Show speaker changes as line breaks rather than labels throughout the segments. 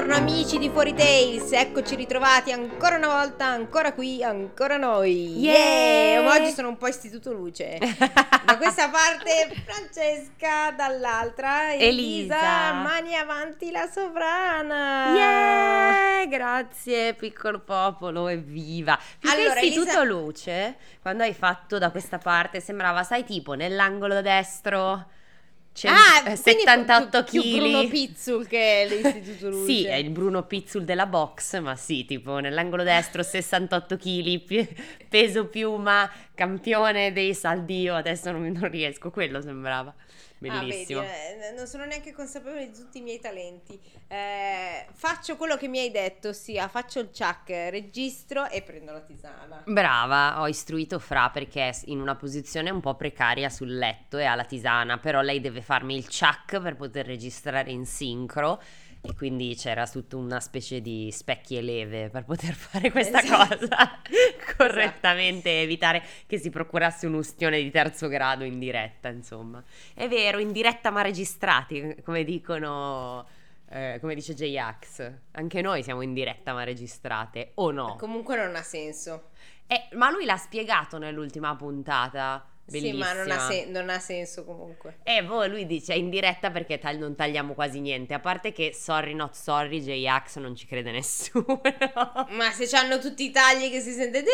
Buongiorno amici di Fuori Tales, eccoci ritrovati ancora una volta, ancora qui, ancora noi.
Yeah!
Oggi sono un po' istituto luce. Da questa parte Francesca, dall'altra Elisa. Mani avanti la sovrana.
Yeah! Grazie piccolo popolo, evviva. Più
Allora,
che istituto
Elisa...
luce, quando hai fatto da questa parte sembrava, sai, tipo nell'angolo destro. 78
più
kg.
Bruno Pizzul che l'Istituto Luce.
Sì, è il Bruno Pizzul della box, ma sì, tipo nell'angolo destro 68 kg, peso piuma, campione dei saldi. Io adesso non riesco, quello sembrava. Bellissimo.
Vedi, non sono neanche consapevole di tutti i miei talenti. Faccio quello che mi hai detto, ossia faccio il chuck, registro e prendo la tisana.
Brava, ho istruito Fra perché è in una posizione un po' precaria sul letto e ha la tisana, però lei deve farmi il chuck per poter registrare in sincro e quindi c'era tutta una specie di specchi e leve per poter fare questa cosa correttamente e evitare che si procurasse un ustione di terzo grado in diretta, insomma. È vero, in diretta ma registrati, come dicono... come dice J-Ax, anche noi siamo in diretta ma registrate, o no?
Comunque non ha senso.
Ma lui l'ha spiegato nell'ultima puntata. Bellissima.
Sì, ma non ha senso comunque.
Lui dice in diretta perché non tagliamo quasi niente. A parte che sorry not sorry, J-Ax non ci crede nessuno.
Ma se c'hanno tutti i tagli che si sente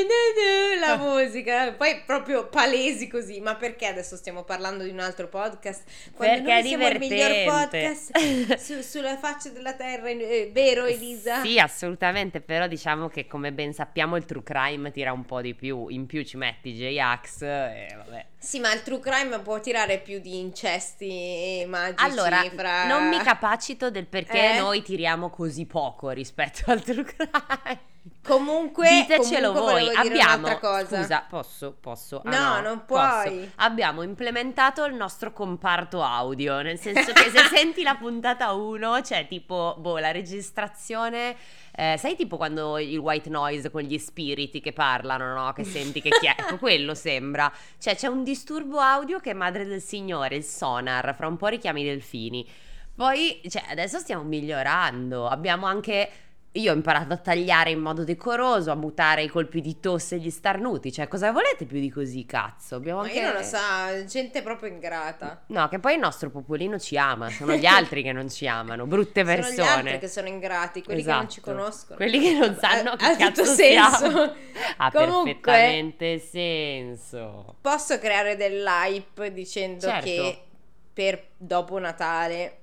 la musica, poi proprio palesi così. Ma perché adesso stiamo parlando di un altro podcast? Quando
Perché
noi siamo il miglior podcast sulla faccia della terra, vero Elisa?
Sì, assolutamente, però diciamo che come ben sappiamo il true crime tira un po' di più. In più ci metti J-Ax vabbè.
Sì, ma il true crime può tirare più di incesti magici.
Allora, non mi capacito del perché noi tiriamo così poco rispetto al true crime.
Comunque,
ditecelo voi.
Abbiamo cosa.
Scusa, posso?
No, non puoi.
Posso. Abbiamo implementato il nostro comparto audio, nel senso che se senti la puntata 1 c'è tipo la registrazione. Sai tipo quando il white noise con gli spiriti che parlano, no? Che senti che ecco, quello sembra. Cioè c'è un disturbo audio che è Madre del Signore, il sonar, fra un po' richiami i delfini. Poi, adesso stiamo migliorando. Abbiamo anche... Io ho imparato a tagliare in modo decoroso, a mutare i colpi di tosse e gli starnuti. Cioè, cosa volete più di così, cazzo?
Ma io non lo so, gente proprio ingrata.
No, che poi il nostro popolino ci ama. Sono gli altri che non ci amano, brutte persone.
Sono gli altri che sono ingrati, quelli che non ci conoscono.
Quelli che non sanno che cazzo
senso.
Ha
Comunque,
perfettamente senso.
Posso creare dell'hype dicendo che per dopo Natale...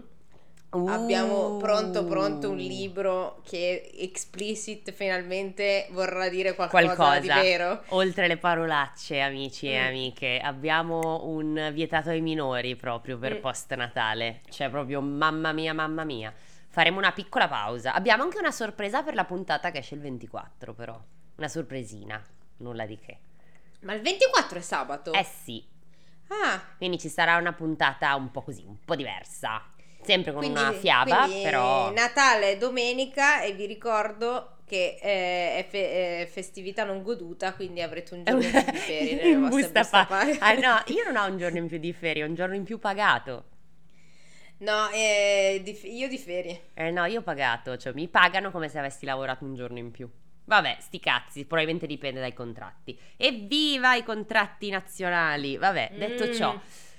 abbiamo pronto un libro che explicit finalmente vorrà dire qualcosa di vero.
Oltre le parolacce, amici e amiche, abbiamo un vietato ai minori proprio per post Natale. Cioè proprio mamma mia. Faremo una piccola pausa. Abbiamo anche una sorpresa per la puntata che esce il 24, però. Una sorpresina, nulla di che.
Ma il 24 è sabato?
Sì.
Quindi
ci sarà una puntata un po' così, un po' diversa. Sempre con una fiaba, però
Natale è domenica e vi ricordo che è festività non goduta, quindi avrete un giorno in più di ferie nelle vostre buste paga.
No, io non ho un giorno in più di ferie, ho un giorno in più pagato.
No, io di ferie.
No, io ho pagato, cioè mi pagano come se avessi lavorato un giorno in più. Vabbè, sti cazzi, probabilmente dipende dai contratti. Evviva i contratti nazionali! Vabbè, detto ciò,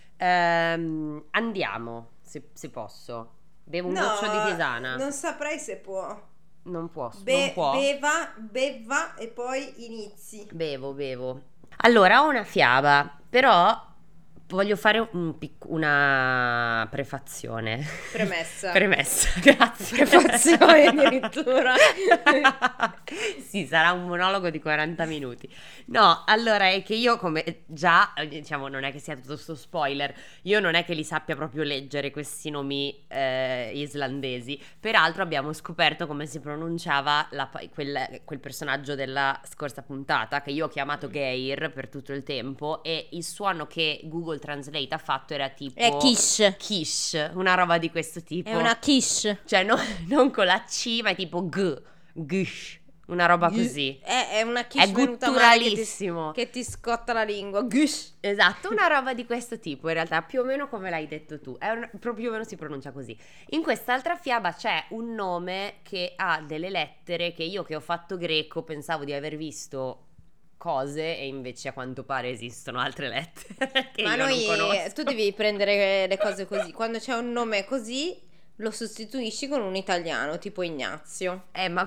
andiamo. Se posso. Bevo un goccio di tisana.
Non saprei se può.
Non può. Non può.
Beva e poi inizi.
Bevo. Allora, ho una fiaba, però voglio fare una prefazione.
Premessa,
grazie.
Prefazione addirittura.
Sì, sarà un monologo di 40 minuti. No, allora è che io come già, diciamo, non è che sia tutto sto spoiler, io non è che li sappia proprio leggere questi nomi islandesi. Peraltro abbiamo scoperto come si pronunciava quel personaggio della scorsa puntata, che io ho chiamato Geir per tutto il tempo, e il suono che Google Translate ha fatto era tipo
è
Kish, una roba di questo tipo.
È una quiche.
Cioè non con la C, ma è tipo gish, Una roba così.
È una quiche
È
venuta male
gutturalissimo.
che ti scotta la lingua. Gush.
Esatto, una roba di questo tipo, in realtà, più o meno come l'hai detto tu. Più o meno si pronuncia così. In quest'altra fiaba c'è un nome che ha delle lettere che io, che ho fatto greco, pensavo di aver visto cose, e invece a quanto pare esistono altre lettere che
Ma
io non conosco.
tu devi prendere le cose così. Quando c'è un nome così, lo sostituisci con un italiano, tipo Ignazio.
Ma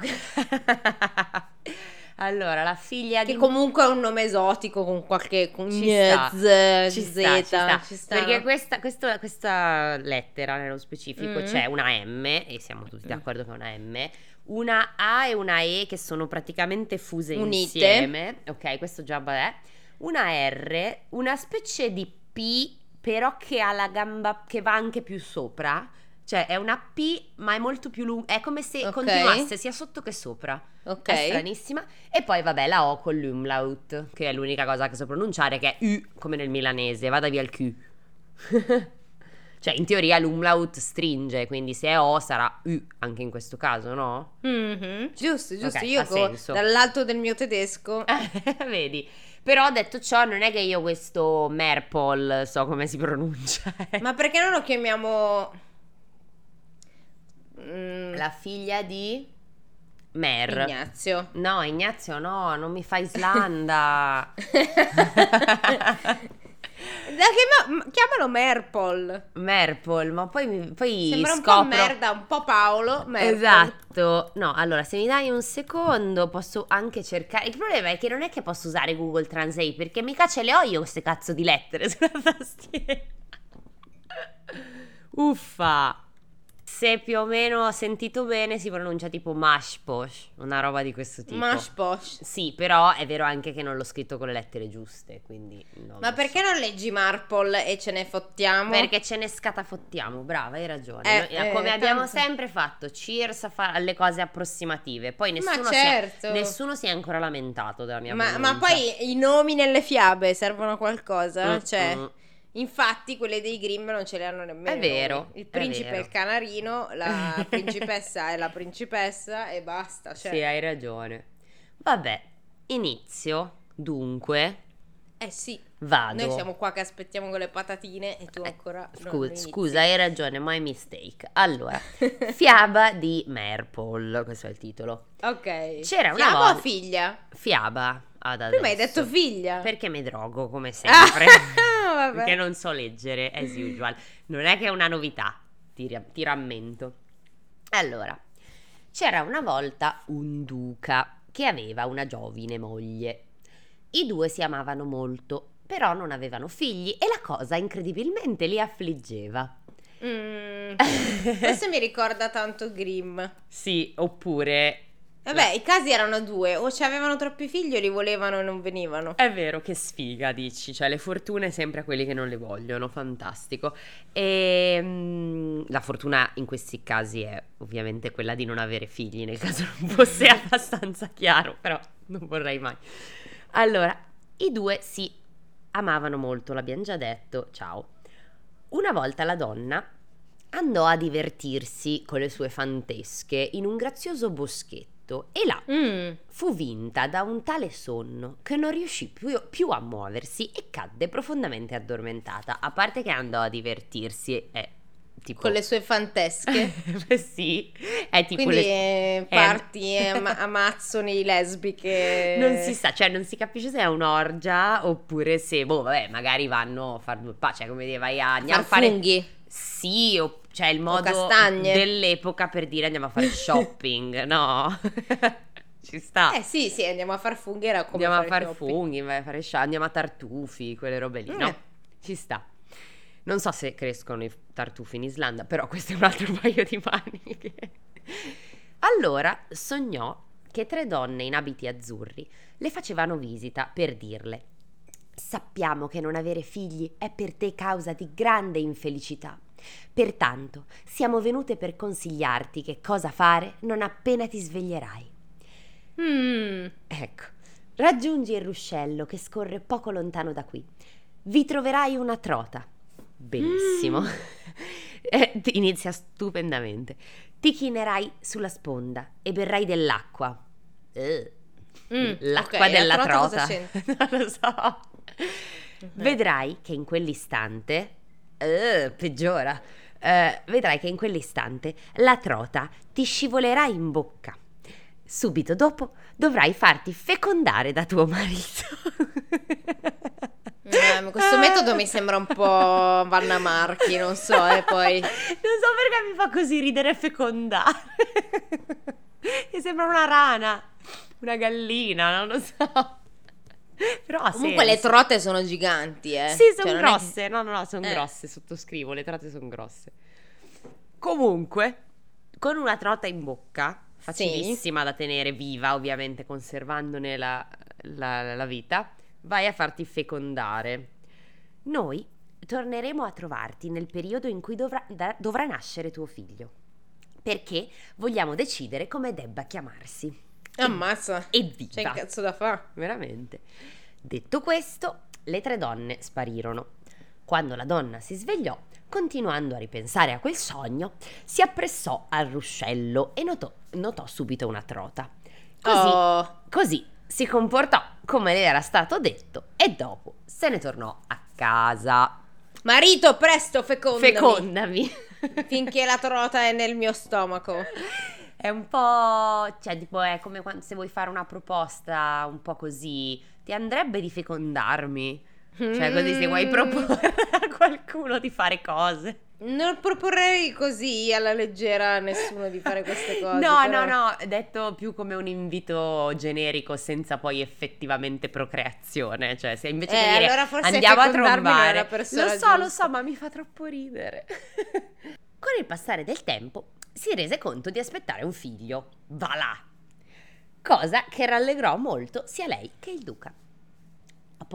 allora, la figlia
Che
di...
comunque è un nome esotico con qualche
Ci sta. Perché questa lettera nello specifico c'è una M, e siamo tutti d'accordo che è una M, una A e una E che sono praticamente fuse
unite
insieme. Ok, questo già è. Una R, una specie di P, però che ha la gamba che va anche più sopra. Cioè è una P ma è molto più lunga, è come se continuasse sia sotto che sopra.
Ok.
È stranissima. E poi vabbè la O con l'umlaut, che è l'unica cosa che so pronunciare, che è U come nel milanese, vada via il Q. Cioè in teoria l'umlaut stringe, quindi se è O sarà U anche in questo caso, no?
Giusto,
Okay,
io
ha senso.
dall'alto del mio tedesco.
Vedi. Però detto ciò, non è che io questo Merpol so come si pronuncia.
Ma perché non lo chiamiamo
La figlia di Mer.
Ignazio?
No, Ignazio no, non mi fa Islanda.
Chiamalo Merpol.
Merpol, ma poi
Sembra un
scopro...
po' merda, un po' Paolo. Merpol.
Esatto. No, allora se mi dai un secondo posso anche cercare. Il problema è che non è che posso usare Google Translate, perché mica ce le ho io queste cazzo di lettere sulla tastiera. Uffa. Se più o meno ho sentito bene si pronuncia tipo Mashposh, una roba di questo tipo.
Mashposh.
Sì, però è vero anche che non l'ho scritto con le lettere giuste, quindi non
Ma
lo
perché
so.
non leggi Marpol e ce ne fottiamo?
Perché ce ne scatafottiamo, brava, hai ragione. Come abbiamo
tanto.
sempre fatto, cheers alle cose approssimative. Poi nessuno,
certo.
nessuno si è ancora lamentato della mia
Ma
pronuncia.
poi i nomi nelle fiabe servono a qualcosa? Cioè,
Mm.
infatti quelle dei Grimm non ce le hanno nemmeno.
È vero,
Il
è
principe è
vero.
il canarino, la principessa è la principessa e basta. Cioè.
Sì, hai ragione. Vabbè, inizio, dunque,
Sì.
vado.
Noi siamo qua che aspettiamo con le patatine e tu ancora
Scusa, hai ragione, my mistake. Allora, fiaba di Merpol, questo è il titolo.
Ok.
C'era una
Fiaba
volta...
o figlia?
Fiaba ad adesso.
Prima hai detto figlia.
Perché mi drogo come sempre.
Vabbè.
Perché non so leggere, as usual. Non è che è una novità, ti rammento. Allora, c'era una volta un duca che aveva una giovine moglie. I due si amavano molto, però non avevano figli e la cosa incredibilmente li affliggeva.
Questo mi ricorda tanto Grimm.
Sì, oppure...
Vabbè, i casi erano due, o ci avevano troppi figli o li volevano e non venivano.
È vero, che sfiga, dici, cioè le fortune sempre a quelli che non le vogliono, fantastico. E la fortuna in questi casi è ovviamente quella di non avere figli, nel caso non fosse abbastanza chiaro, però non vorrei mai. Allora, i due si amavano molto, l'abbiamo già detto, ciao. Una volta la donna andò a divertirsi con le sue fantesche in un grazioso boschetto e là fu vinta da un tale sonno che non riuscì più a muoversi e cadde profondamente addormentata. A parte che andò a divertirsi tipo...
Con le sue fantesche.
Sì, è tipo
quindi parti amazzoni lesbiche.
Non si sa, cioè non si capisce se è un'orgia oppure se, vabbè, magari vanno a fare due cioè come dire, andiamo a fare
funghi.
Sì, cioè il modo
castagne
dell'epoca per dire andiamo a fare shopping, no? Ci sta.
Sì, andiamo a far funghi, era come
andiamo a fare
shopping.
funghi, andiamo a tartufi, quelle robe lì, no? Ci sta. Non so se crescono i tartufi in Islanda, però questo è un altro paio di maniche. Allora sognò che 3 donne in abiti azzurri le facevano visita per dirle: sappiamo che non avere figli è per te causa di grande infelicità. Pertanto siamo venute per consigliarti che cosa fare non appena ti sveglierai. Ecco, raggiungi il ruscello che scorre poco lontano da qui. Vi troverai una trota. Bellissimo. Inizia stupendamente. Ti chinerai sulla sponda e berrai dell'acqua. L'acqua
ok,
della
la trota cosa
trota.
c'entra?
Non lo so. Vedrai che in quell'istante peggiora. Vedrai che in quell'istante la trota ti scivolerà in bocca. Subito dopo dovrai farti fecondare da tuo marito.
Questo metodo mi sembra un po' Vanna Marchi, non so, e poi
Non so perché mi fa così ridere fecondare. Mi sembra una rana, una gallina, non lo so. Però ha
comunque
senso.
le trote sono giganti,
Sì, sono
Cioè, non è che-
grosse. No, sono grosse, sottoscrivo, le trote sono grosse. Comunque, con una trota in bocca, facilissima da tenere viva, ovviamente conservandone la vita, vai a farti fecondare. Noi torneremo a trovarti nel periodo in cui dovrà nascere tuo figlio, perché vogliamo decidere come debba chiamarsi.
Ammazza,
Evviva!
c'è un cazzo da fa'.
Veramente. Detto questo, le 3 donne sparirono. Quando la donna si svegliò, continuando a ripensare a quel sogno, si appressò al ruscello e notò subito una trota. Così si comportò come le era stato detto e dopo se ne tornò a casa.
Marito, presto,
Fecondami.
finché la trota è nel mio stomaco.
È un po', cioè tipo è come se vuoi fare una proposta un po' così, ti andrebbe di fecondarmi? Cioè così se vuoi proporre a qualcuno di fare cose.
Non proporrei così alla leggera a nessuno di fare queste cose.
No, detto più come un invito generico senza poi effettivamente procreazione, cioè se invece di dire
allora forse
andiamo a
fecondarmi non è
trombare,
la persona
lo
giusta.
so, ma mi fa troppo ridere. Con il passare del tempo si rese conto di aspettare un figlio, va là, cosa che rallegrò molto sia lei che il duca. A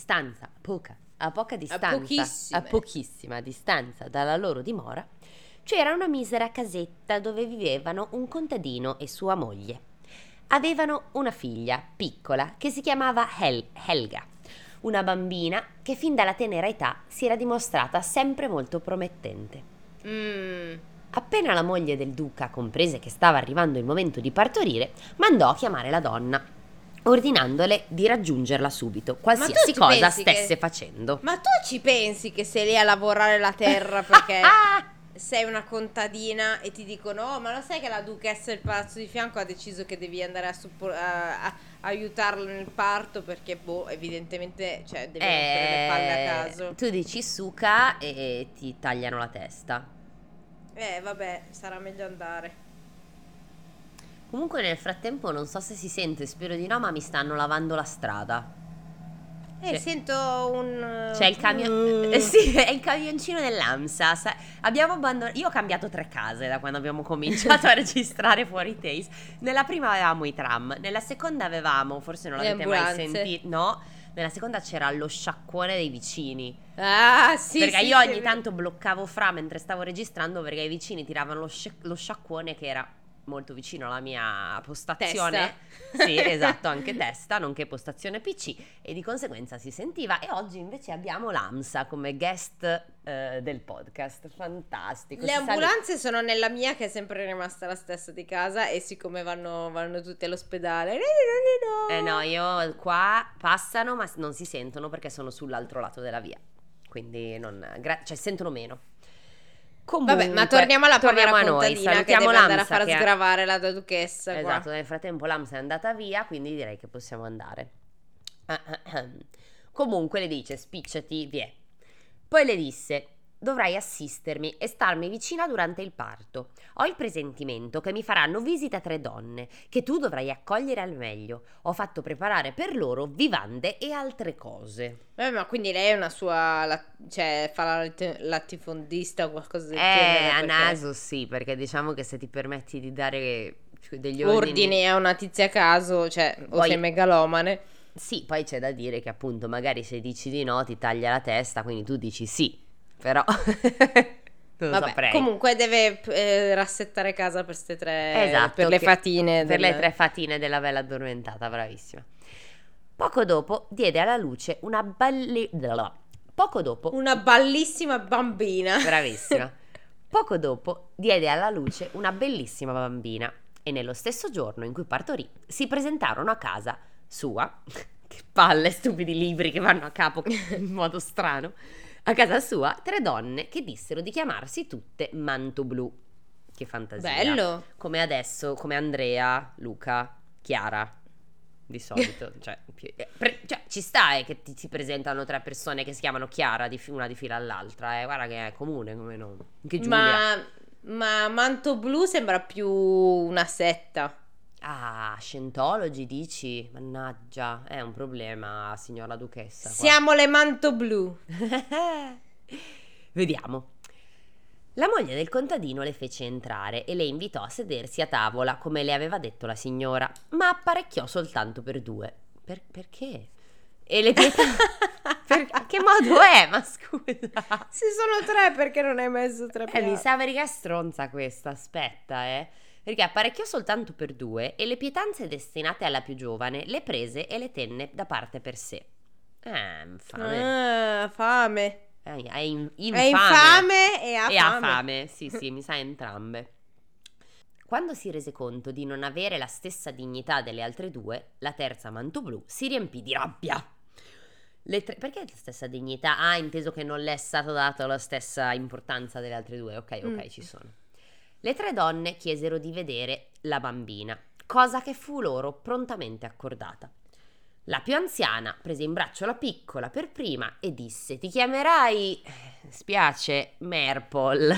pochissima distanza dalla loro dimora c'era una misera casetta dove vivevano un contadino e sua moglie. Avevano una figlia piccola che si chiamava Helga, una bambina che fin dalla tenera età si era dimostrata sempre molto promettente. Appena la moglie del duca comprese che stava arrivando il momento di partorire, mandò a chiamare la donna, ordinandole di raggiungerla subito, qualsiasi cosa stesse facendo.
Ma tu ci pensi che sei lì a lavorare la terra perché sei una contadina e ti dicono oh, ma lo sai che la duchessa del palazzo di fianco ha deciso che devi andare a aiutarla nel parto perché evidentemente cioè devi rompere le palle a caso.
Tu dici suca e ti tagliano la testa.
Vabbè, sarà meglio andare.
Comunque nel frattempo non so se si sente, spero di no, ma mi stanno lavando la strada.
Sento un...
C'è il camion... sì, è il camioncino dell'AMSA. Abbiamo abbandonato... Io ho cambiato 3 case da quando abbiamo cominciato a registrare Fuori Taste. Nella prima avevamo i tram, nella seconda avevamo, forse non l'avete mai sentito, no, nella seconda c'era lo sciacquone dei vicini.
Ah, sì.
Perché
sì,
io
sì,
ogni tanto bloccavo Fra mentre stavo registrando perché i vicini tiravano lo sciacquone che era molto vicino alla mia postazione.
Testa.
Sì, esatto, anche testa, nonché postazione PC, e di conseguenza si sentiva. E oggi invece abbiamo l'AMSA come guest del podcast. Fantastico.
Le ambulanze sono nella mia, che è sempre rimasta la stessa di casa, e siccome vanno tutti all'ospedale.
No, io qua passano ma non si sentono perché sono sull'altro lato della via, quindi cioè sentono meno. Comunque,
vabbè, ma torniamo alla povera contadina che deve andare a far sgravare la duchessa.
Esatto,
qua.
nel frattempo l'AMSA è andata via, quindi direi che possiamo andare. Comunque le dice, spicciati, vie. Poi le disse, dovrai assistermi e starmi vicina durante il parto. Ho il presentimento che mi faranno visita 3 donne, che tu dovrai accogliere al meglio. Ho fatto preparare per loro vivande e altre cose.
Ma quindi lei è una sua, cioè fa la latifondista o qualcosa del genere?
A naso sì, perché diciamo che se ti permetti di dare degli
ordini a una tizia a caso, cioè o sei megalomane.
Sì, poi c'è da dire che appunto magari se dici di no ti taglia la testa, quindi tu dici sì, però non lo saprei.
Comunque deve rassettare casa per queste 3,
esatto,
per le fatine
per le 3 fatine della bella addormentata, bravissima. Poco dopo diede alla luce una
bellissima bambina.
Bravissima. Poco dopo diede alla luce una bellissima bambina. e nello stesso giorno in cui partorì si presentarono a casa sua, che palle, stupidi libri che vanno a capo in modo strano, a casa sua 3 donne che dissero di chiamarsi tutte Mantoblù. Che fantasia.
Bello.
Come adesso, come Andrea, Luca, Chiara, di solito. cioè, ci sta che si presentano 3 persone che si chiamano Chiara, una di fila all'altra. Guarda che è comune, come no. Anche Giulia.
Ma Mantoblù sembra più una setta.
Ah, Scientology dici? Mannaggia, è un problema, signora duchessa.
Siamo le Mantoblù.
Vediamo. La moglie del contadino le fece entrare e le invitò a sedersi a tavola, come le aveva detto la signora, ma apparecchiò soltanto per 2. Perché? E le pietanze... che modo è? Ma scusa.
Se sono 3, perché non hai messo 3 piatti?
Mi sa che è stronza questa, aspetta, Perché apparecchiò soltanto per 2 e le pietanze destinate alla più giovane le prese e le tenne da parte per sé. Infame.
Fame.
È infame.
È infame e
ha fame. Sì, mi sa entrambe. Quando si rese conto di non avere la stessa dignità delle altre 2, la terza Mantoblù si riempì di rabbia. Perché la stessa dignità? Ah, inteso che non le è stato dato la stessa importanza delle altre 2. Ok, ci sono. Le 3 donne chiesero di vedere la bambina, cosa che fu loro prontamente accordata. La più anziana prese in braccio la piccola per prima e disse: ti chiamerai, spiace, Merpol.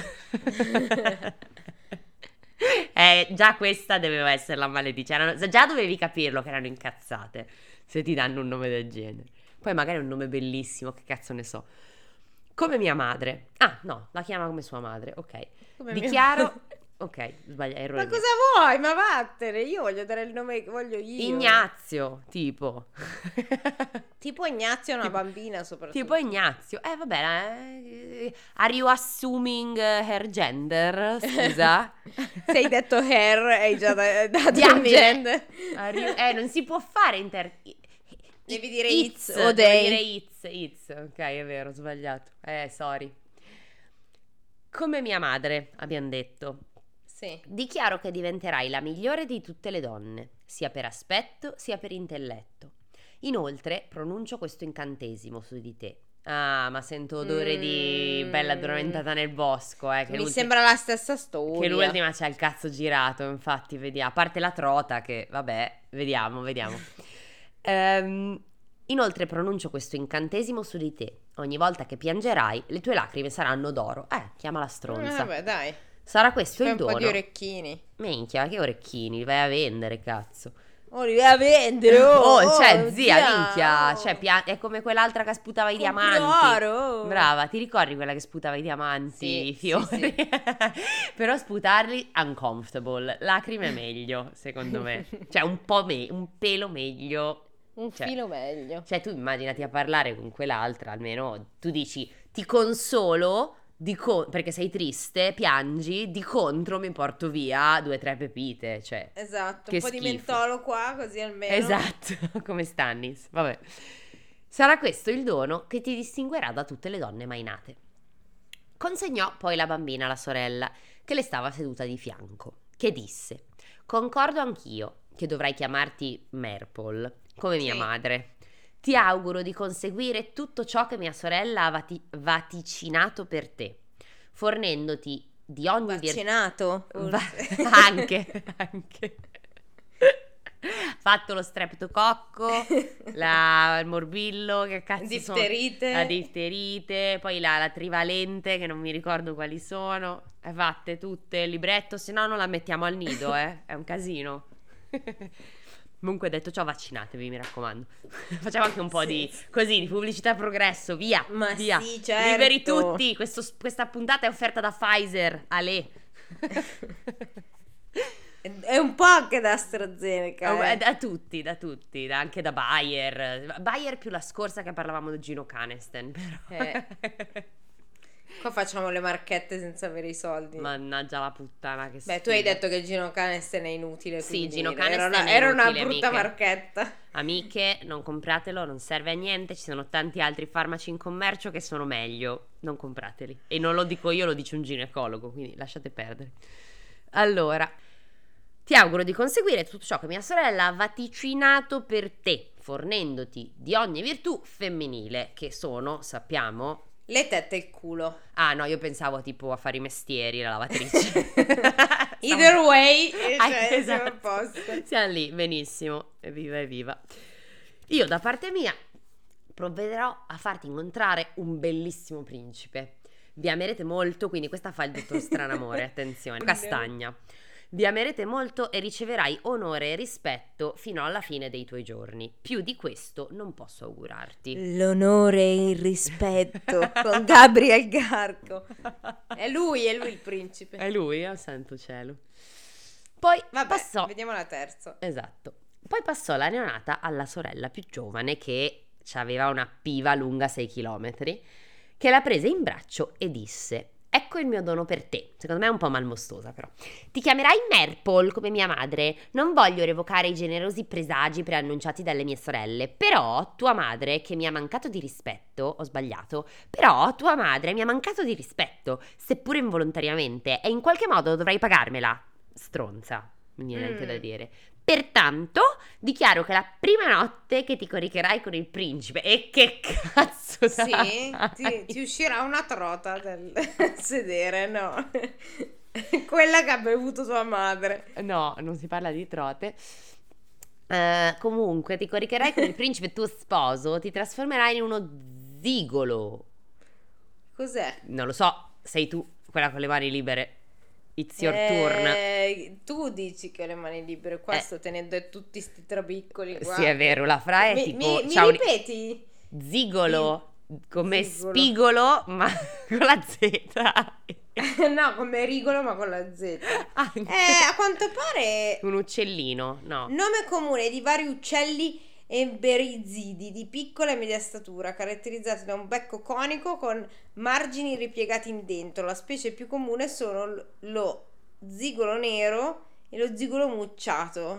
Già questa doveva essere la maledizione. Già dovevi capirlo che erano incazzate se ti danno un nome del genere. Poi magari è un nome bellissimo, che cazzo ne so. Come mia madre. Ah, no, la chiama come sua madre, ok. Dichiaro... Ok, sbaglio, errore.
Ma cosa vuoi? Ma vattene, io voglio dare il nome che voglio io.
Ignazio, tipo.
Tipo Ignazio è una bambina soprattutto.
Tipo Ignazio. Vabbè, are you assuming her gender? Scusa.
Se hai detto her, hai già dato il gender.
Non si può fare
Devi dire it's
o they. Devi dire it's. Ok, è vero, ho sbagliato. Sorry. Come mia madre, abbiamo detto.
Sì.
Dichiaro che diventerai la migliore di tutte le donne, sia per aspetto sia per intelletto. Inoltre pronuncio questo incantesimo su di te. Ah, ma sento odore di bella addormentata nel bosco.
Mi sembra la stessa storia.
Che l'ultima c'ha il cazzo girato, infatti, vediamo. A parte la trota che, vabbè, vediamo. Inoltre pronuncio questo incantesimo su di te. Ogni volta che piangerai, le tue lacrime saranno d'oro. Chiamala stronza.
Vabbè, dai.
Sarà questo il dono.
Un po' di orecchini.
Minchia, che orecchini? Li vai a vendere, cazzo.
Li vai a vendere,
zia, minchia. Cioè, è come quell'altra che sputava i diamanti. Brava, ti ricordi quella che sputava i diamanti, i fiori? Sì. Però sputarli, uncomfortable. Lacrime meglio, secondo me. Cioè, un pelo meglio.
Filo meglio.
Cioè, tu immaginati a parlare con quell'altra, almeno tu dici, ti consolo... perché sei triste, piangi, di contro mi porto via 2 o 3 pepite, cioè.
Esatto,
un
po' di mentolo qua, così almeno.
Esatto, come Stannis, vabbè. Sarà questo il dono che ti distinguerà da tutte le donne mai nate. Consegnò poi la bambina alla sorella, che le stava seduta di fianco, che disse: concordo anch'io che dovrai chiamarti Merpol, come mia madre. Ti auguro di conseguire tutto ciò che mia sorella ha vaticinato per te, fornendoti di ogni
vaccinato?
Anche. Fatto lo streptococco, il morbillo, che cazzo
difterite.
La difterite, poi la trivalente, che non mi ricordo quali sono. Fatte tutte, il libretto, se no non la mettiamo al nido, è un casino. Comunque, detto ciò, vaccinatevi, mi raccomando. Facciamo anche un po' di pubblicità progresso, via.
Ma
via.
sì, certo.
Liberi tutti. Questa puntata è offerta da Pfizer. Ale.
È un po' anche da AstraZeneca.
Da tutti, anche da Bayer. Bayer più la scorsa che parlavamo di Gino Canesten, però.
Qua facciamo le marchette senza avere i soldi.
Mannaggia la puttana che
tu hai detto che Gino Canesten è inutile.
Sì, Gino Canesten
era una
inutile,
brutta
amiche.
marchetta.
Amiche, non compratelo, non serve a niente. Ci sono tanti altri farmaci in commercio che sono meglio. Non comprateli. E non lo dico io, lo dice un ginecologo, quindi lasciate perdere. Allora, Ti auguro di conseguire tutto ciò che mia sorella ha vaticinato per te, fornendoti di ogni virtù femminile, che sono, sappiamo...
Le tette e il culo.
Ah no, io pensavo tipo a fare i mestieri, la lavatrice.
Either way, cioè,
esatto.
siamo a posto.
Siamo lì, benissimo, evviva evviva. Io da parte mia provvederò a farti incontrare un bellissimo principe. Vi amerete molto, quindi questa fa il dottor Stranamore, attenzione. Castagna. Vi amerete molto e riceverai onore e rispetto fino alla fine dei tuoi giorni. Più di questo non posso augurarti.
L'onore e il rispetto con Gabriel Garco. È lui il principe.
È lui, santo cielo. Poi passò...
vediamo la terza.
Esatto. Poi passò la neonata alla sorella più giovane, che aveva una piva lunga 6 chilometri, che la prese in braccio e disse: ecco il mio dono per te. Secondo me è un po' malmostosa, però. Ti chiamerai Merpol come mia madre. Non voglio revocare i generosi presagi preannunciati dalle mie sorelle, però tua madre, che mi ha mancato di rispetto, ho sbagliato, però tua madre mi ha mancato di rispetto, seppure involontariamente, e in qualche modo dovrai pagarmela. Stronza, non viene neanche da dire. Pertanto dichiaro che la prima notte che ti coricherai con il principe, e che cazzo
sì, ti uscirà una trota del sedere, no? Quella che ha bevuto tua madre.
No, non si parla di trote. Comunque ti coricherai con il principe tuo sposo, ti trasformerai in uno zigolo.
Cos'è?
Non lo so, sei tu quella con le mani libere. It's your turn.
Tu dici che ho le mani libere, qua sto tenendo tutti sti trabiccoli qua.
Sì, è vero, la Fra è tipo...
Mi ripeti?
Zigolo, come spigolo, ma con la Z.
No, come rigolo, ma con la Z. A quanto pare...
Un uccellino, no.
Nome comune di vari uccelli emberizidi di piccola e media statura, caratterizzati da un becco conico con margini ripiegati in dentro. La specie più comune sono lo zigolo nero e lo zigolo mucciato.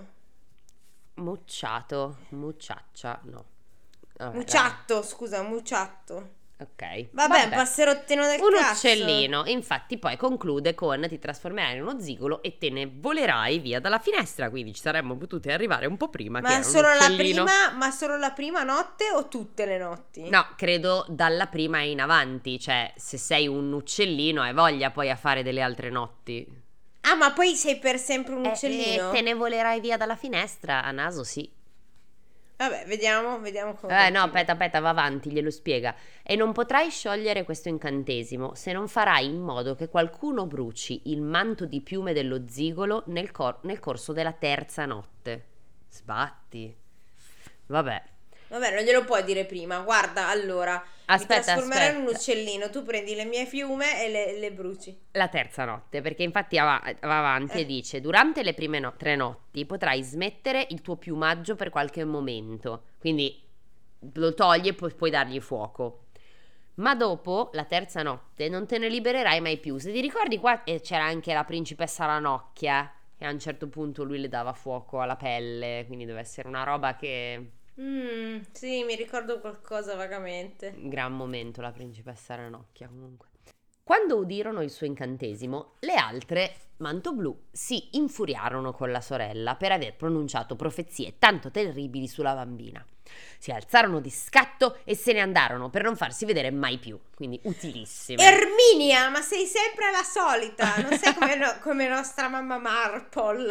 Mucciaccia, no.
Mucciatto, scusa, mucciatto.
Ok.
Vabbè, un passerottino del
un
cazzo.
uccellino. Infatti poi conclude con: ti trasformerai in uno zigolo e te ne volerai via dalla finestra. Quindi ci saremmo potuti arrivare un po' prima.
Ma solo la prima notte o tutte le notti?
No, credo dalla prima in avanti. Cioè, se sei un uccellino hai voglia poi a fare delle altre notti.
Ah, ma poi sei per sempre un uccellino?
E te ne volerai via dalla finestra? A naso sì.
Vabbè, vediamo come.
No, aspetta, va avanti, glielo spiega. E non potrai sciogliere questo incantesimo se non farai in modo che qualcuno bruci il manto di piume dello zigolo nel corso della terza notte. Sbatti. Vabbè,
non glielo puoi dire prima. Guarda, allora, mi trasformerai in un uccellino. Tu prendi le mie piume e le bruci.
La terza notte, perché infatti va avanti e dice: durante le prime 3 notti potrai smettere il tuo piumaggio per qualche momento, quindi lo togli e puoi dargli fuoco. Ma dopo la terza notte non te ne libererai mai più. Se ti ricordi, qua c'era anche la principessa Ranocchia, che a un certo punto lui le dava fuoco alla pelle, quindi deve essere una roba che...
sì, mi ricordo qualcosa vagamente.
Gran momento la principessa Ranocchia, comunque. Quando udirono il suo incantesimo, le altre, manto blu, si infuriarono con la sorella per aver pronunciato profezie tanto terribili sulla bambina. Si alzarono di scatto e se ne andarono per non farsi vedere mai più, quindi utilissime.
Erminia, ma sei sempre la solita, non sei come nostra mamma Marpol.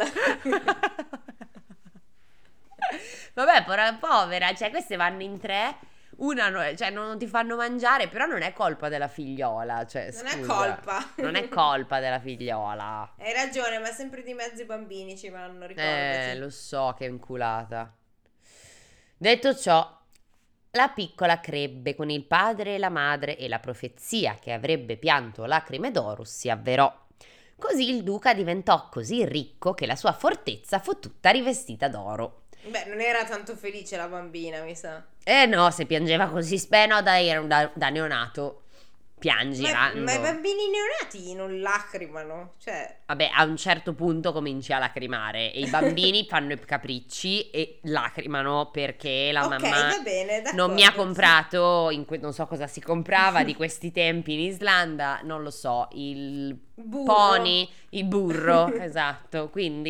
Vabbè, povera, cioè queste vanno in 3, una cioè non ti fanno mangiare, però non è colpa della figliola, cioè non è colpa della figliola.
Hai ragione, ma sempre di mezzo i bambini ci vanno, ricordati.
Lo so che è inculata. Detto ciò, la piccola crebbe con il padre e la madre e la profezia che avrebbe pianto lacrime d'oro si avverò. Così il duca diventò così ricco che la sua fortezza fu tutta rivestita d'oro.
Beh, non era tanto felice la bambina, mi sa.
No, se piangeva così, no, dai, era da neonato. Piangi,
ma i bambini neonati non lacrimano, cioè...
Vabbè, a un certo punto cominci a lacrimare e i bambini fanno i capricci e lacrimano perché la mamma
va bene,
non mi ha comprato, non so cosa si comprava di questi tempi in Islanda, non lo so, il
burro.
pony, il burro, esatto, quindi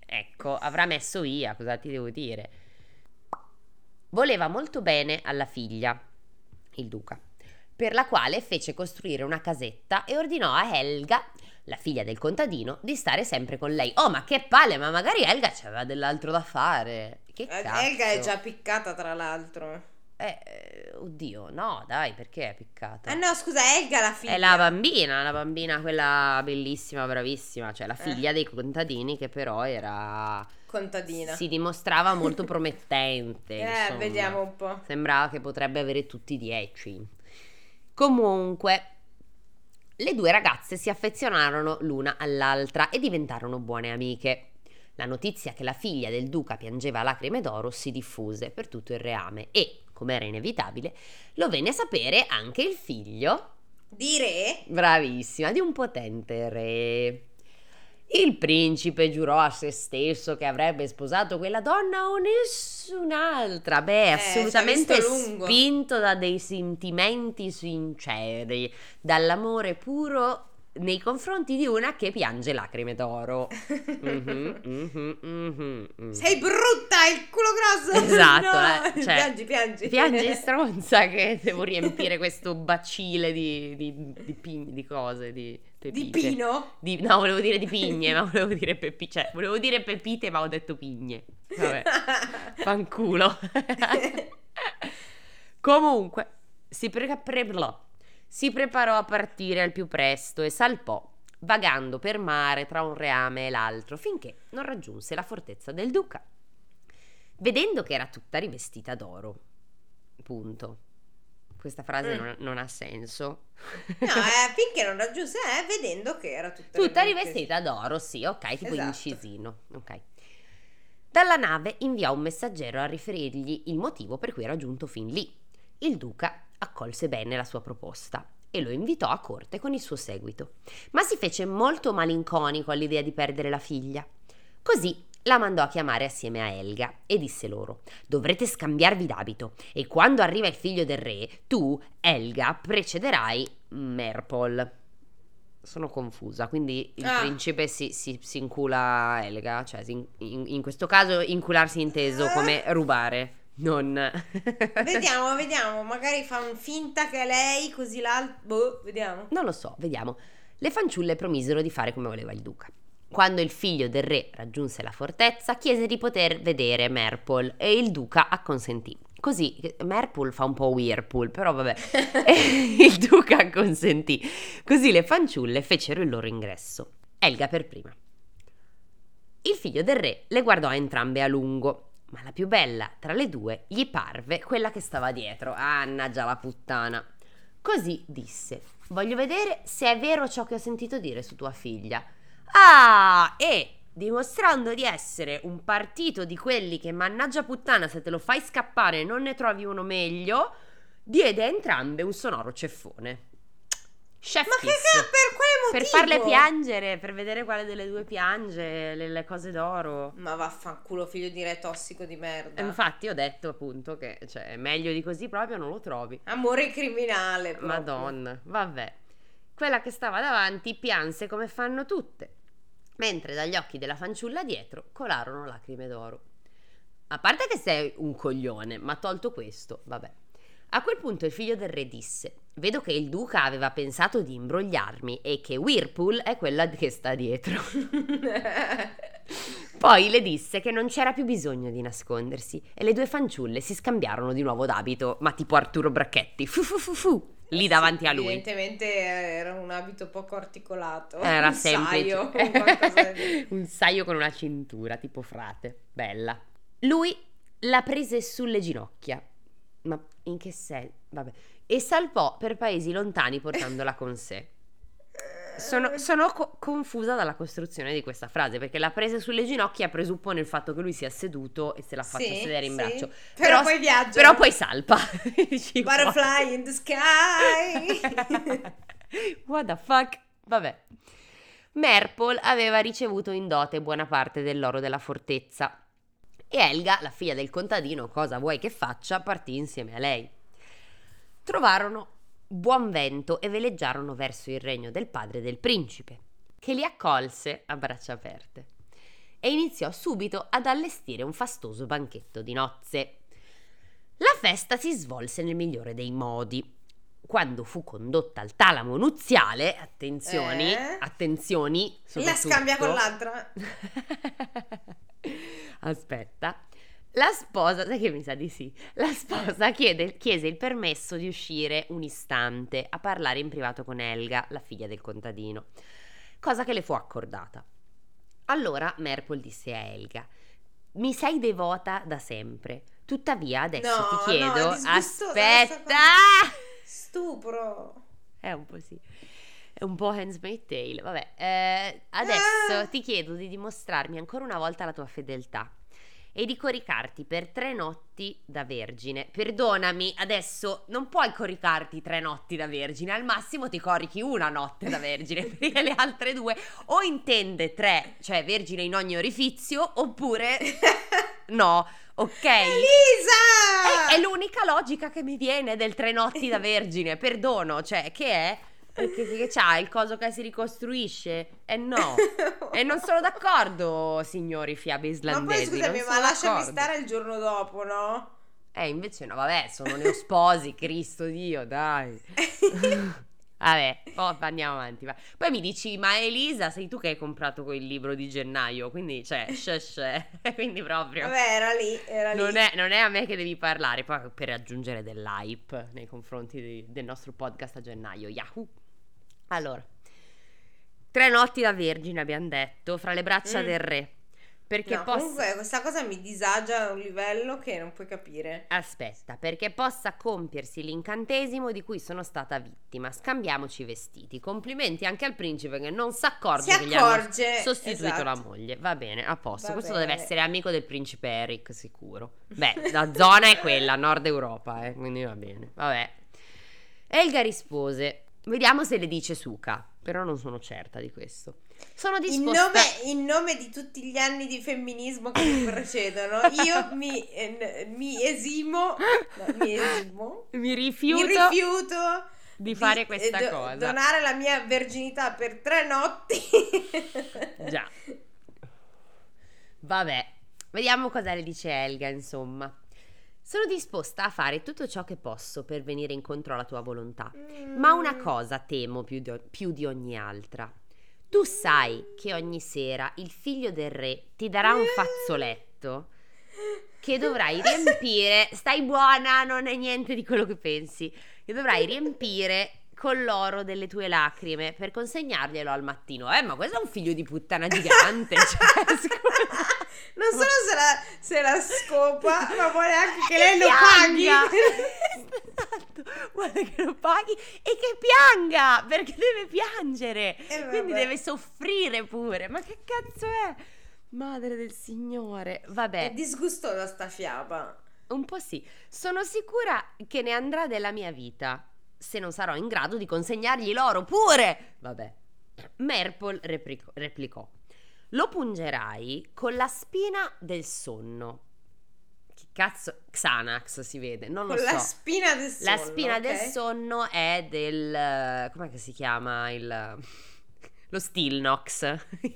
ecco, avrà messo via, cosa ti devo dire? Voleva molto bene alla figlia, il duca, per la quale fece costruire una casetta e ordinò a Helga, la figlia del contadino, di stare sempre con lei. Oh, ma che palle, ma magari Helga c'aveva dell'altro da fare. Che cazzo?
Helga è già piccata, tra l'altro.
Oddio, no, dai, perché è piccata?
No, scusa, Helga la figlia.
È la bambina quella bellissima, bravissima, cioè la figlia dei contadini, che però era...
contadina.
Si dimostrava molto promettente. Insomma.
Vediamo un po'.
Sembrava che potrebbe avere tutti 10. Comunque, le due ragazze si affezionarono l'una all'altra e diventarono buone amiche. La notizia che la figlia del duca piangeva lacrime d'oro si diffuse per tutto il reame e, come era inevitabile, lo venne a sapere anche il figlio
di re.
Bravissima, di un potente re. Il principe giurò a se stesso che avrebbe sposato quella donna o nessun'altra. Assolutamente spinto da dei sentimenti sinceri, dall'amore puro nei confronti di una che piange lacrime d'oro.
Sei brutta, il culo grosso.
Esatto,
no.
Cioè,
piangi
stronza, che devo riempire questo bacile di cose, di pepite.
Di pino?
No, volevo dire di pigne, ma volevo dire volevo dire pepite, ma ho detto pigne. Vabbè, fanculo. Comunque, si preparò a partire al più presto e salpò, vagando per mare tra un reame e l'altro, finché non raggiunse la fortezza del duca. Vedendo che era tutta rivestita d'oro. Punto. Questa frase non ha senso.
No, finché non raggiunse, vedendo che era
tutta rivestita d'oro, sì, ok, tipo incisino, ok. Dalla nave inviò un messaggero a riferirgli il motivo per cui era giunto fin lì. Il duca accolse bene la sua proposta e lo invitò a corte con il suo seguito, ma si fece molto malinconico all'idea di perdere la figlia. Così la mandò a chiamare assieme a Helga e disse loro: dovrete scambiarvi d'abito e quando arriva il figlio del re, tu, Helga, precederai Merpol. Sono confusa, quindi il principe si incula Helga, cioè in questo caso incularsi inteso come rubare. Non
vediamo, magari fa un finta che è lei, così l'altro vediamo.
Non lo so, vediamo. Le fanciulle promisero di fare come voleva il duca. Quando il figlio del re raggiunse la fortezza, chiese di poter vedere Merpol e il duca acconsentì. Così, Merpol fa un po' Whirlpool, però vabbè. Il duca acconsentì. Così le fanciulle fecero il loro ingresso. Helga per prima. Il figlio del re le guardò entrambe a lungo, ma la più bella tra le due gli parve quella che stava dietro. Annaggia la puttana. Così disse: voglio vedere se è vero ciò che ho sentito dire su tua figlia. E dimostrando di essere un partito di quelli che, mannaggia puttana, se te lo fai scappare non ne trovi uno meglio, diede a entrambe un sonoro ceffone. Chef
ma
kiss.
Per quale motivo?
Per farle piangere, per vedere quale delle due piange, le cose d'oro.
Ma vaffanculo, figlio di re tossico di merda.
Infatti ho detto appunto che, cioè, meglio di così proprio non lo trovi.
Amore criminale proprio.
Madonna, vabbè. Quella che stava davanti pianse come fanno tutte, mentre dagli occhi della fanciulla dietro colarono lacrime d'oro. A parte che sei un coglione, ma tolto questo, vabbè. A quel punto il figlio del re disse: vedo che il duca aveva pensato di imbrogliarmi e che Whirlpool è quella che sta dietro. Poi le disse che non c'era più bisogno di nascondersi e le due fanciulle si scambiarono di nuovo d'abito, ma tipo Arturo Bracchetti, lì davanti a lui.
Evidentemente era un abito poco articolato.
Era
un
semplice.
Saio, qualcosa di...
un saio con una cintura, tipo frate. Bella. Lui la prese sulle ginocchia. Ma in che senso? Vabbè. E salpò per paesi lontani portandola con sé. Sono confusa dalla costruzione di questa frase, perché la prese sulle ginocchia presuppone il fatto che lui sia seduto e se la faccia sedere in braccio.
Però poi viaggia.
Però poi salpa.
Butterfly in the sky.
What the fuck? Vabbè. Merpol aveva ricevuto in dote buona parte dell'oro della fortezza e Helga, la figlia del contadino, cosa vuoi che faccia, partì insieme a lei. Trovarono buon vento e veleggiarono verso il regno del padre del principe, che li accolse a braccia aperte. e iniziò subito ad allestire un fastoso banchetto di nozze. La festa si svolse nel migliore dei modi. Quando fu condotta al talamo nuziale, attenzioni,
la scambia con l'altra.
Aspetta. La sposa, sai che mi sa di sì, la sposa chiese il permesso di uscire un istante a parlare in privato con Elga, la figlia del contadino, cosa che le fu accordata. Allora Merpol disse a Elga: mi sei devota da sempre, tuttavia adesso ti chiedo... Aspetta!
Stupro!
È un po' sì. È un po' Handmaid's Tale. Vabbè, adesso ti chiedo di dimostrarmi ancora una volta la tua fedeltà e di coricarti per 3 notti da vergine. Perdonami, adesso non puoi coricarti 3 notti da vergine, al massimo ti corichi 1 notte da vergine, perché le altre 2 o intende 3, cioè vergine in ogni orifizio, oppure no, ok?
Elisa!
È l'unica logica che mi viene del 3 notti da vergine, perdono, cioè che è? Che c'ha il coso che si ricostruisce? No. E non sono d'accordo, signori fiabe islandesi.
Ma poi scusami, ma lasciami stare il giorno dopo, no?
Invece no, vabbè, sono neosposi, Cristo Dio, dai. Vabbè, andiamo avanti. Va. Poi mi dici, ma Elisa, sei tu che hai comprato quel libro di gennaio, quindi, cioè, quindi proprio...
Vabbè, era lì.
Non è a me che devi parlare, poi per aggiungere dell'hype nei confronti del nostro podcast a gennaio, Yahoo! Allora, 3 notti da vergine abbiamo detto, fra le braccia del re. Perché
no, comunque questa cosa mi disagia a un livello che non puoi capire.
Aspetta, perché possa compiersi l'incantesimo di cui sono stata vittima. Scambiamoci i vestiti. Complimenti anche al principe che non si accorge che gli hanno sostituito la moglie. Va bene, a posto. Questo deve essere amico del principe Eric, sicuro. Beh, la zona è quella, Nord Europa, quindi va bene. Vabbè. Elga rispose: vediamo se le dice Suka, però non sono certa di questo. Sono disposta...
In nome di tutti gli anni di femminismo che mi precedono, io mi rifiuto
di fare questa cosa.
Donare la mia verginità per 3 notti.
Già. Vabbè, vediamo cosa le dice Elga, insomma. Sono disposta a fare tutto ciò che posso per venire incontro alla tua volontà, ma una cosa temo più di ogni altra. Tu sai che ogni sera il figlio del re ti darà un fazzoletto che dovrai riempire, stai buona, non è niente di quello che pensi, che dovrai riempire con l'oro delle tue lacrime per consegnarglielo al mattino. Ma questo è un figlio di puttana gigante, cioè, scusa.
Non solo se la scopa, ma vuole anche che lei lo paghi.
Esatto, vuole che lo paghi e che pianga, perché deve piangere, quindi deve soffrire pure. Ma che cazzo è? Madre del Signore, vabbè.
È disgustosa sta fiaba.
Un po' sì. Sono sicura che ne andrà della mia vita se non sarò in grado di consegnargli l'oro pure. Vabbè. Merpol replicò: lo pungerai con la spina del sonno. Che cazzo? Xanax si vede, non lo so.
Con la spina del sonno.
La spina del sonno è del... com'è che si chiama? Lo Stilnox.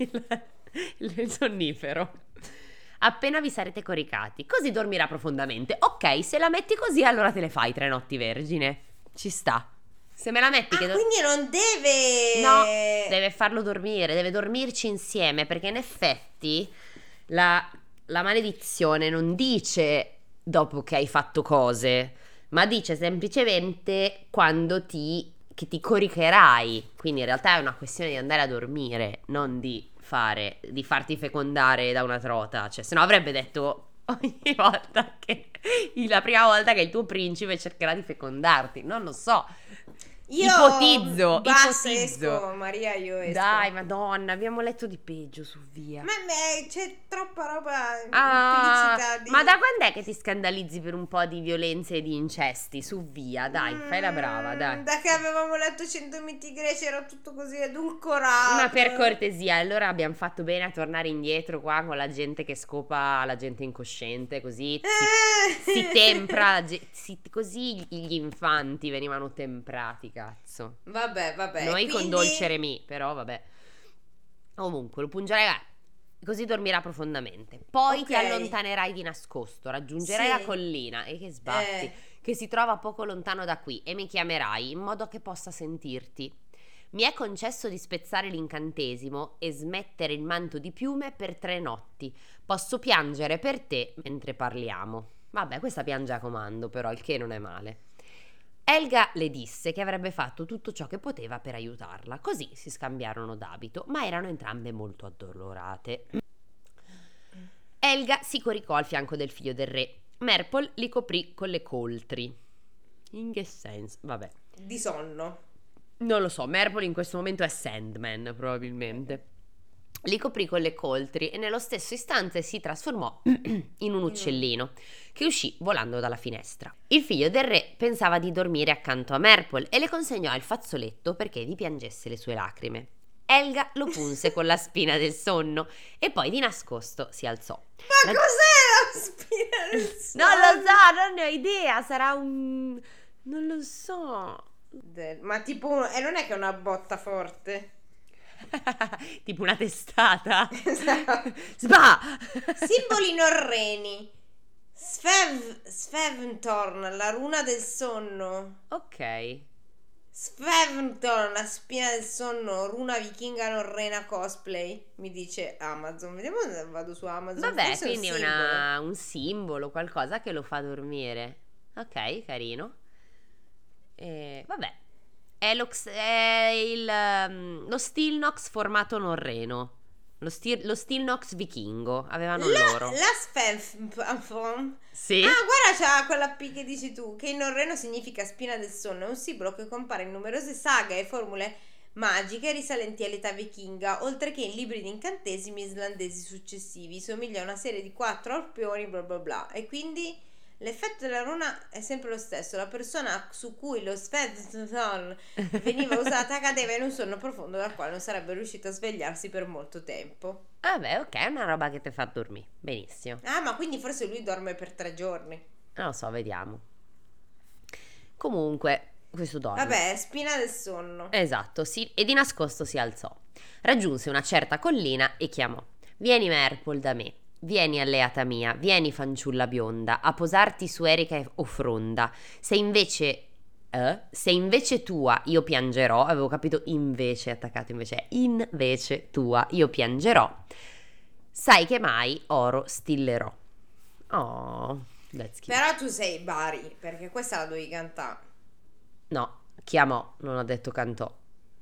Il sonnifero. Appena vi sarete coricati, così dormirà profondamente. Ok, se la metti così, allora te le fai 3 notti vergine. Ci sta. Se me la metti che
quindi non deve...
No, deve farlo dormire, deve dormirci insieme, perché in effetti la maledizione non dice dopo che hai fatto cose, ma dice semplicemente quando ti coricherai. Quindi in realtà è una questione di andare a dormire, non di farti fecondare da una trota. Cioè, se no avrebbe detto ogni volta che la prima volta che il tuo principe cercherà di fecondarti, non lo so. Ipotizzo.
Esco, Maria, io esco.
Dai, madonna, abbiamo letto di peggio su Via.
Ma c'è troppa roba implicita
ma da quando è che ti scandalizzi per un po' di violenze e di incesti su Via? Dai, fai la brava, dai.
Da che avevamo letto 100 miti greci era tutto così edulcorato.
Ma per cortesia, allora abbiamo fatto bene a tornare indietro qua con la gente che scopa la gente incosciente, così si tempra, così gli infanti venivano temprati. Cazzo.
Vabbè.
Noi con dolce remi, però vabbè. Comunque lo pungerai. Così dormirà profondamente. Poi ti allontanerai di nascosto, raggiungerai la collina e che sbatti, che si trova poco lontano da qui, e mi chiamerai in modo che possa sentirti. Mi è concesso di spezzare l'incantesimo e smettere il manto di piume per 3 notti. Posso piangere per te mentre parliamo. Vabbè, questa piange a comando, però, il che non è male. Helga le disse che avrebbe fatto tutto ciò che poteva per aiutarla. Così si scambiarono d'abito, ma erano entrambe molto addolorate. Helga si coricò al fianco del figlio del re. Merpol li coprì con le coltri. In che senso? Vabbè.
Di sonno.
Non lo so, Merpol in questo momento è Sandman, probabilmente. Li coprì con le coltri e nello stesso istante si trasformò in un uccellino che uscì volando dalla finestra. Il figlio del re pensava di dormire accanto a Merpol e le consegnò il fazzoletto perché vi piangesse le sue lacrime. Helga lo punse con la spina del sonno e poi di nascosto si alzò.
Ma cos'è la spina del sonno?
Non lo so, non ne ho idea, sarà un... non lo so...
Ma tipo, e non è che è una botta forte?
Tipo una testata.
Esatto.
Sba!
Simboli norreni. Svevntorn, la runa del sonno.
Ok.
Svevntorn, la spina del sonno, runa vichinga norrena cosplay. Mi dice Amazon. Vediamo se vado su Amazon.
Vabbè,
forse
quindi
è
un simbolo, qualcosa che lo fa dormire. Ok, carino. Vabbè. È lo Stilnox formato norreno. Lo Stilnox vichingo. Avevano loro.
La Svevntorn.
Sì.
Ah, guarda, c'ha quella P che dici tu, che in norreno significa spina del sonno. È un simbolo che compare in numerose saghe e formule magiche risalenti all'età vichinga, oltre che in libri di incantesimi islandesi successivi. Somiglia a una serie di 4 arpioni, bla bla bla. E quindi l'effetto della runa è sempre lo stesso. La persona su cui lo Svevntorn veniva usata cadeva in un sonno profondo dal quale non sarebbe riuscita a svegliarsi per molto tempo.
Vabbè, ok, è una roba che ti fa dormire. Benissimo.
Ah, ma quindi forse lui dorme per 3 giorni.
Non lo so, vediamo. Comunque, questo dorme.
Vabbè, spina del sonno.
Esatto, sì, e di nascosto si alzò. Raggiunse una certa collina e chiamò: Vieni Merpol da me. Vieni alleata mia, vieni fanciulla bionda, a posarti su Erika o Fronda. Se invece tua io piangerò, avevo capito invece, attaccato invece, invece tua io piangerò, sai che mai oro stillerò. Oh, that's cute.
Però tu sei Bari, perché questa la dovevi cantare.
No, chiamò, non ho detto cantò.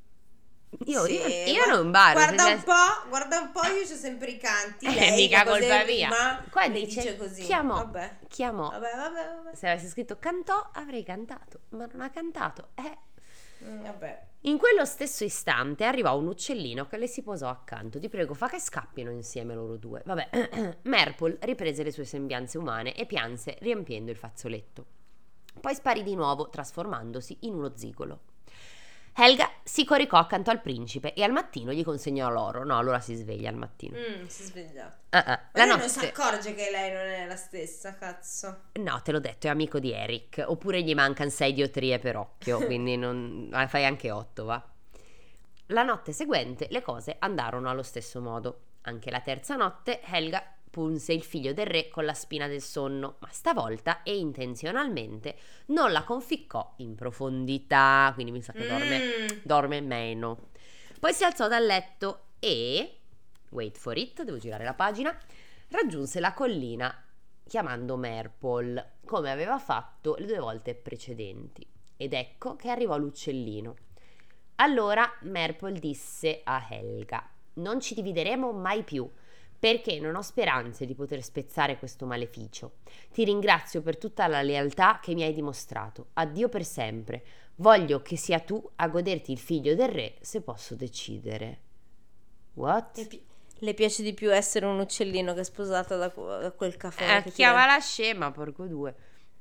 Io non baro.
Guarda un po', io c'ho sempre i canti. Lei,
mica colpa mia. Qua
mi
dice
così.
chiamò.
Vabbè. Vabbè.
Se avessi scritto cantò avrei cantato, ma non ha cantato.
Vabbè.
In quello stesso istante arrivò un uccellino che le si posò accanto. Ti prego, fa che scappino insieme loro due. Vabbè. Merpol riprese le sue sembianze umane e pianse riempiendo il fazzoletto. Poi sparì di nuovo, trasformandosi in uno zigolo. Helga si coricò accanto al principe e al mattino gli consegnò l'oro. No, allora si sveglia al mattino.
Si sveglia.
La
notte
notte
non si accorge che lei non è la stessa, cazzo.
No, te l'ho detto, è amico di Eric. Oppure gli mancano 6 diottrie per occhio, quindi fai anche 8, va. La notte seguente le cose andarono allo stesso modo. Anche la terza notte Helga punse il figlio del re con la spina del sonno, ma stavolta e intenzionalmente non la conficcò in profondità, quindi mi sa che dorme meno. Poi si alzò dal letto e, wait for it, devo girare la pagina, raggiunse la collina chiamando Merpol, come aveva fatto le 2 volte precedenti. Ed ecco che arrivò l'uccellino. Allora Merpol disse a Helga: non ci divideremo mai più, perché non ho speranze di poter spezzare questo maleficio. Ti ringrazio per tutta la lealtà che mi hai dimostrato. Addio per sempre. Voglio che sia tu a goderti il figlio del re, se posso decidere. What?
Le piace di più essere un uccellino che è sposata da quel caffè.
Chiama la scema, porco due.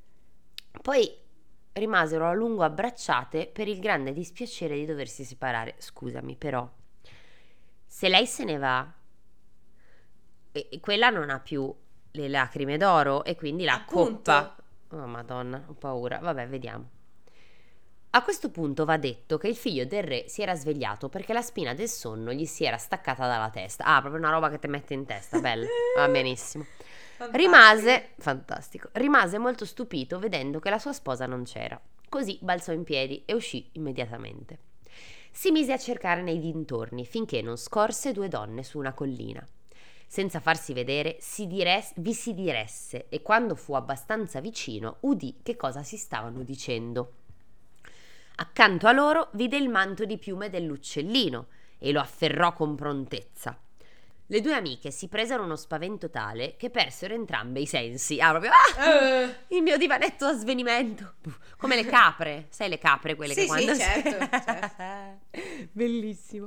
Poi rimasero a lungo abbracciate per il grande dispiacere di doversi separare. Scusami, però, se lei se ne va, e quella non ha più le lacrime d'oro e quindi la coppa. Oh madonna, ho paura. Vabbè, vediamo. A questo punto va detto che il figlio del re si era svegliato perché la spina del sonno gli si era staccata dalla testa. Ah, proprio una roba che ti mette in testa, bella, va benissimo. Rimase molto stupito vedendo che la sua sposa non c'era. Così balzò in piedi e uscì immediatamente. Si mise a cercare nei dintorni finché non scorse 2 donne su una collina. Senza farsi vedere, vi si diresse e quando fu abbastanza vicino udì che cosa si stavano dicendo. Accanto a loro vide il manto di piume dell'uccellino e lo afferrò con prontezza. Le 2 amiche si presero uno spavento tale che persero entrambe i sensi. Il mio divanetto a svenimento. Come le capre. Sai le capre quelle che quando...
Sì, certo.
Bellissimo.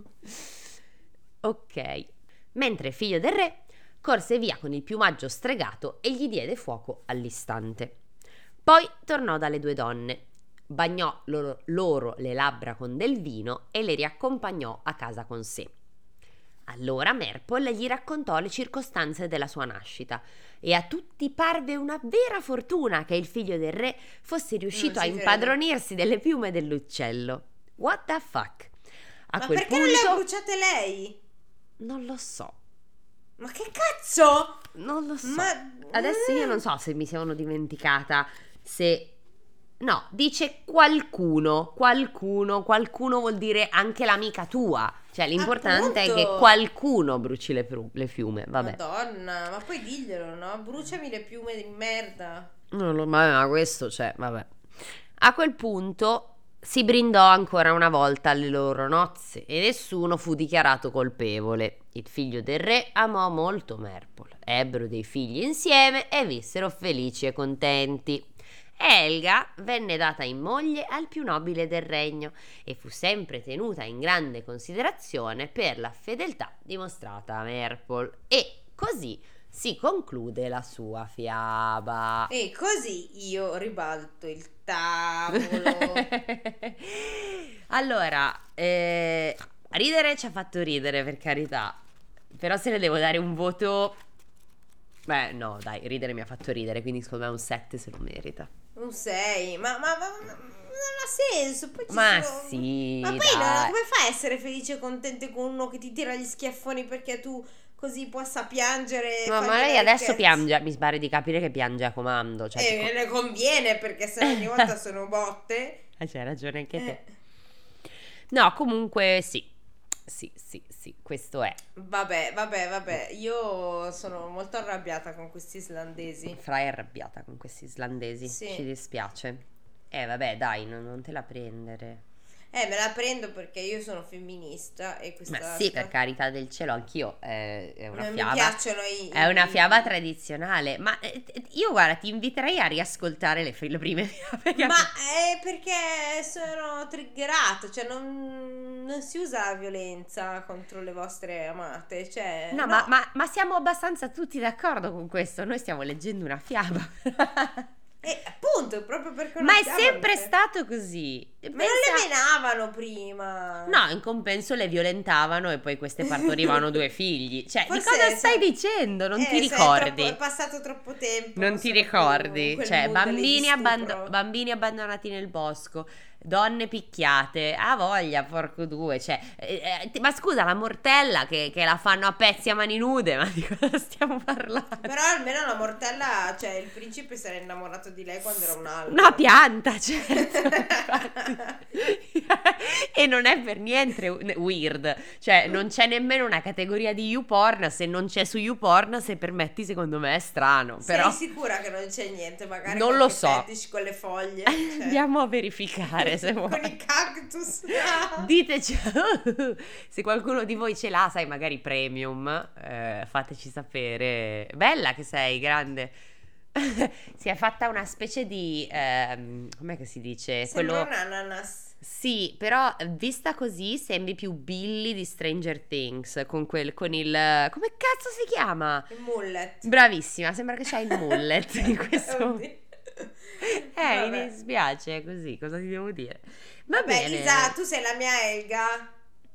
Ok. Mentre il figlio del re corse via con il piumaggio stregato e gli diede fuoco all'istante. Poi tornò dalle 2 donne. Bagnò loro le labbra con del vino e le riaccompagnò a casa con sé. Allora Merpol gli raccontò le circostanze della sua nascita e a tutti parve una vera fortuna che il figlio del re fosse riuscito a impadronirsi delle piume dell'uccello. What the fuck?
Ma perché non le ha bruciate lei?
Non lo so.
Ma che cazzo?
Non lo so. Adesso io non so se mi sono dimenticata se... No, dice qualcuno vuol dire anche l'amica tua. Cioè l'importante è che qualcuno bruci le piume, vabbè.
Madonna, ma poi diglielo, no? Bruciami le piume di merda.
Ma questo, cioè, vabbè. A quel punto si brindò ancora una volta alle loro nozze e nessuno fu dichiarato colpevole. Il figlio del re amò molto Merpol, ebbero dei figli insieme e vissero felici e contenti. Elga venne data in moglie al più nobile del regno e fu sempre tenuta in grande considerazione per la fedeltà dimostrata a Merpol. E così si conclude la sua fiaba.
E così io ribalto il tavolo.
Allora, ridere ci ha fatto ridere, per carità, però se ne devo dare un voto... Beh, no, dai, ridere mi ha fatto ridere, quindi secondo me un 7 se lo merita.
Un 6, ma non ha senso. Poi
sì,
ma poi come fai a essere felice e contente con uno che ti tira gli schiaffoni perché tu così possa piangere?
No, ma lei adesso piange, mi pare di capire che piange a comando. Cioè,
ne conviene perché se ogni volta sono botte.
C'hai ragione anche te. No, comunque sì, questo è.
Vabbè, io sono molto arrabbiata con questi islandesi.
Fra è arrabbiata con questi islandesi,
sì.
Ci dispiace. Vabbè, dai, non te la prendere.
Me la prendo perché io sono femminista e questa...
Ma sì, per carità del cielo, anch'io è una fiaba.
Mi piacciono
è una fiaba tradizionale, ma io guarda, ti inviterei a riascoltare le prime fiabe.
Ma è perché sono triggerata, cioè non si usa la violenza contro le vostre amate, cioè...
No. Ma siamo abbastanza tutti d'accordo con questo, noi stiamo leggendo una fiaba.
Appunto, proprio perché...
Ma è sempre stato così.
Ma non le menavano prima?
No, in compenso le violentavano e poi queste partorivano 2 figli. Cioè,
forse
di cosa stai dicendo? Non ti ricordi?
È passato troppo tempo.
Non ti ricordi? Cioè, bambini abbandonati nel bosco, donne picchiate, a voglia, porco due. Cioè, ma scusa, la mortella che la fanno a pezzi a mani nude, ma di cosa stiamo parlando?
Però almeno la mortella, cioè il principe si era innamorato di lei quando era un albero.
Una pianta, certo. E non è per niente weird, cioè non c'è nemmeno una categoria di YouPorn. Se non c'è su YouPorn, se permetti, secondo me è strano. Però
sei sicura che non c'è niente? Magari
non lo so,
fetish con le foglie, cioè.
Andiamo a verificare se vuoi.
Con i cactus.
Diteci se qualcuno di voi ce l'ha, sai, magari premium, fateci sapere. Bella che sei, grande. Si è fatta una specie di com'è che si dice?
Sembra un ananas.
Sì, però vista così sembri più Billy di Stranger Things con il come cazzo si chiama?
Il mullet.
Bravissima, sembra che c'hai il mullet in questo. Mi dispiace così, cosa ti devo dire?
Vabbè, Lisa, tu sei la mia Elga.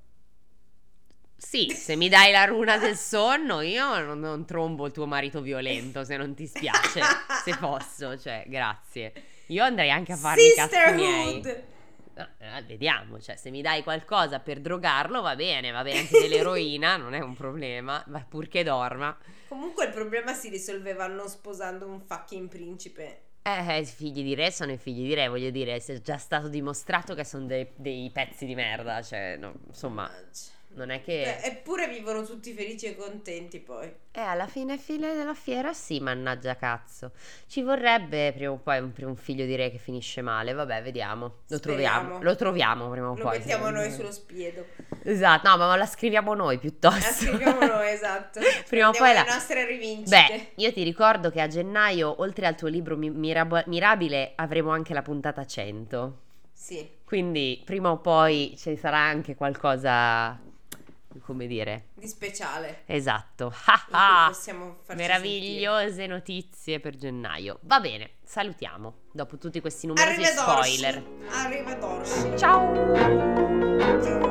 Sì, se mi dai la runa del sonno, io non trombo il tuo marito violento, se non ti spiace, se posso, cioè, grazie. Io andrei anche a farmi i cazzi miei. Vediamo, cioè se mi dai qualcosa per drogarlo va bene anche dell'eroina, non è un problema, ma purché dorma.
Comunque il problema si risolveva non sposando un fucking principe.
I figli di re sono i figli di re, voglio dire, è già stato dimostrato che sono dei pezzi di merda, cioè, no, insomma, non è che...
Eppure vivono tutti felici e contenti poi.
Alla fine della fiera sì, mannaggia cazzo. Ci vorrebbe prima o poi un figlio di re che finisce male, vabbè, vediamo. Lo troviamo prima o poi.
Lo mettiamo noi sullo spiedo.
Esatto, no, ma la scriviamo noi piuttosto.
La scriviamo noi, esatto.
Prima o poi
le nostre rivincite.
Beh, io ti ricordo che a gennaio, oltre al tuo libro mirabile, avremo anche la puntata 100.
Sì.
Quindi prima o poi ci sarà anche qualcosa, come dire,
di speciale.
Esatto.
Possiamo farci
meravigliose sentire notizie per gennaio. Va bene, salutiamo dopo tutti questi numerosi
spoiler.
Arrivederci.
Arrivederci.
Ciao.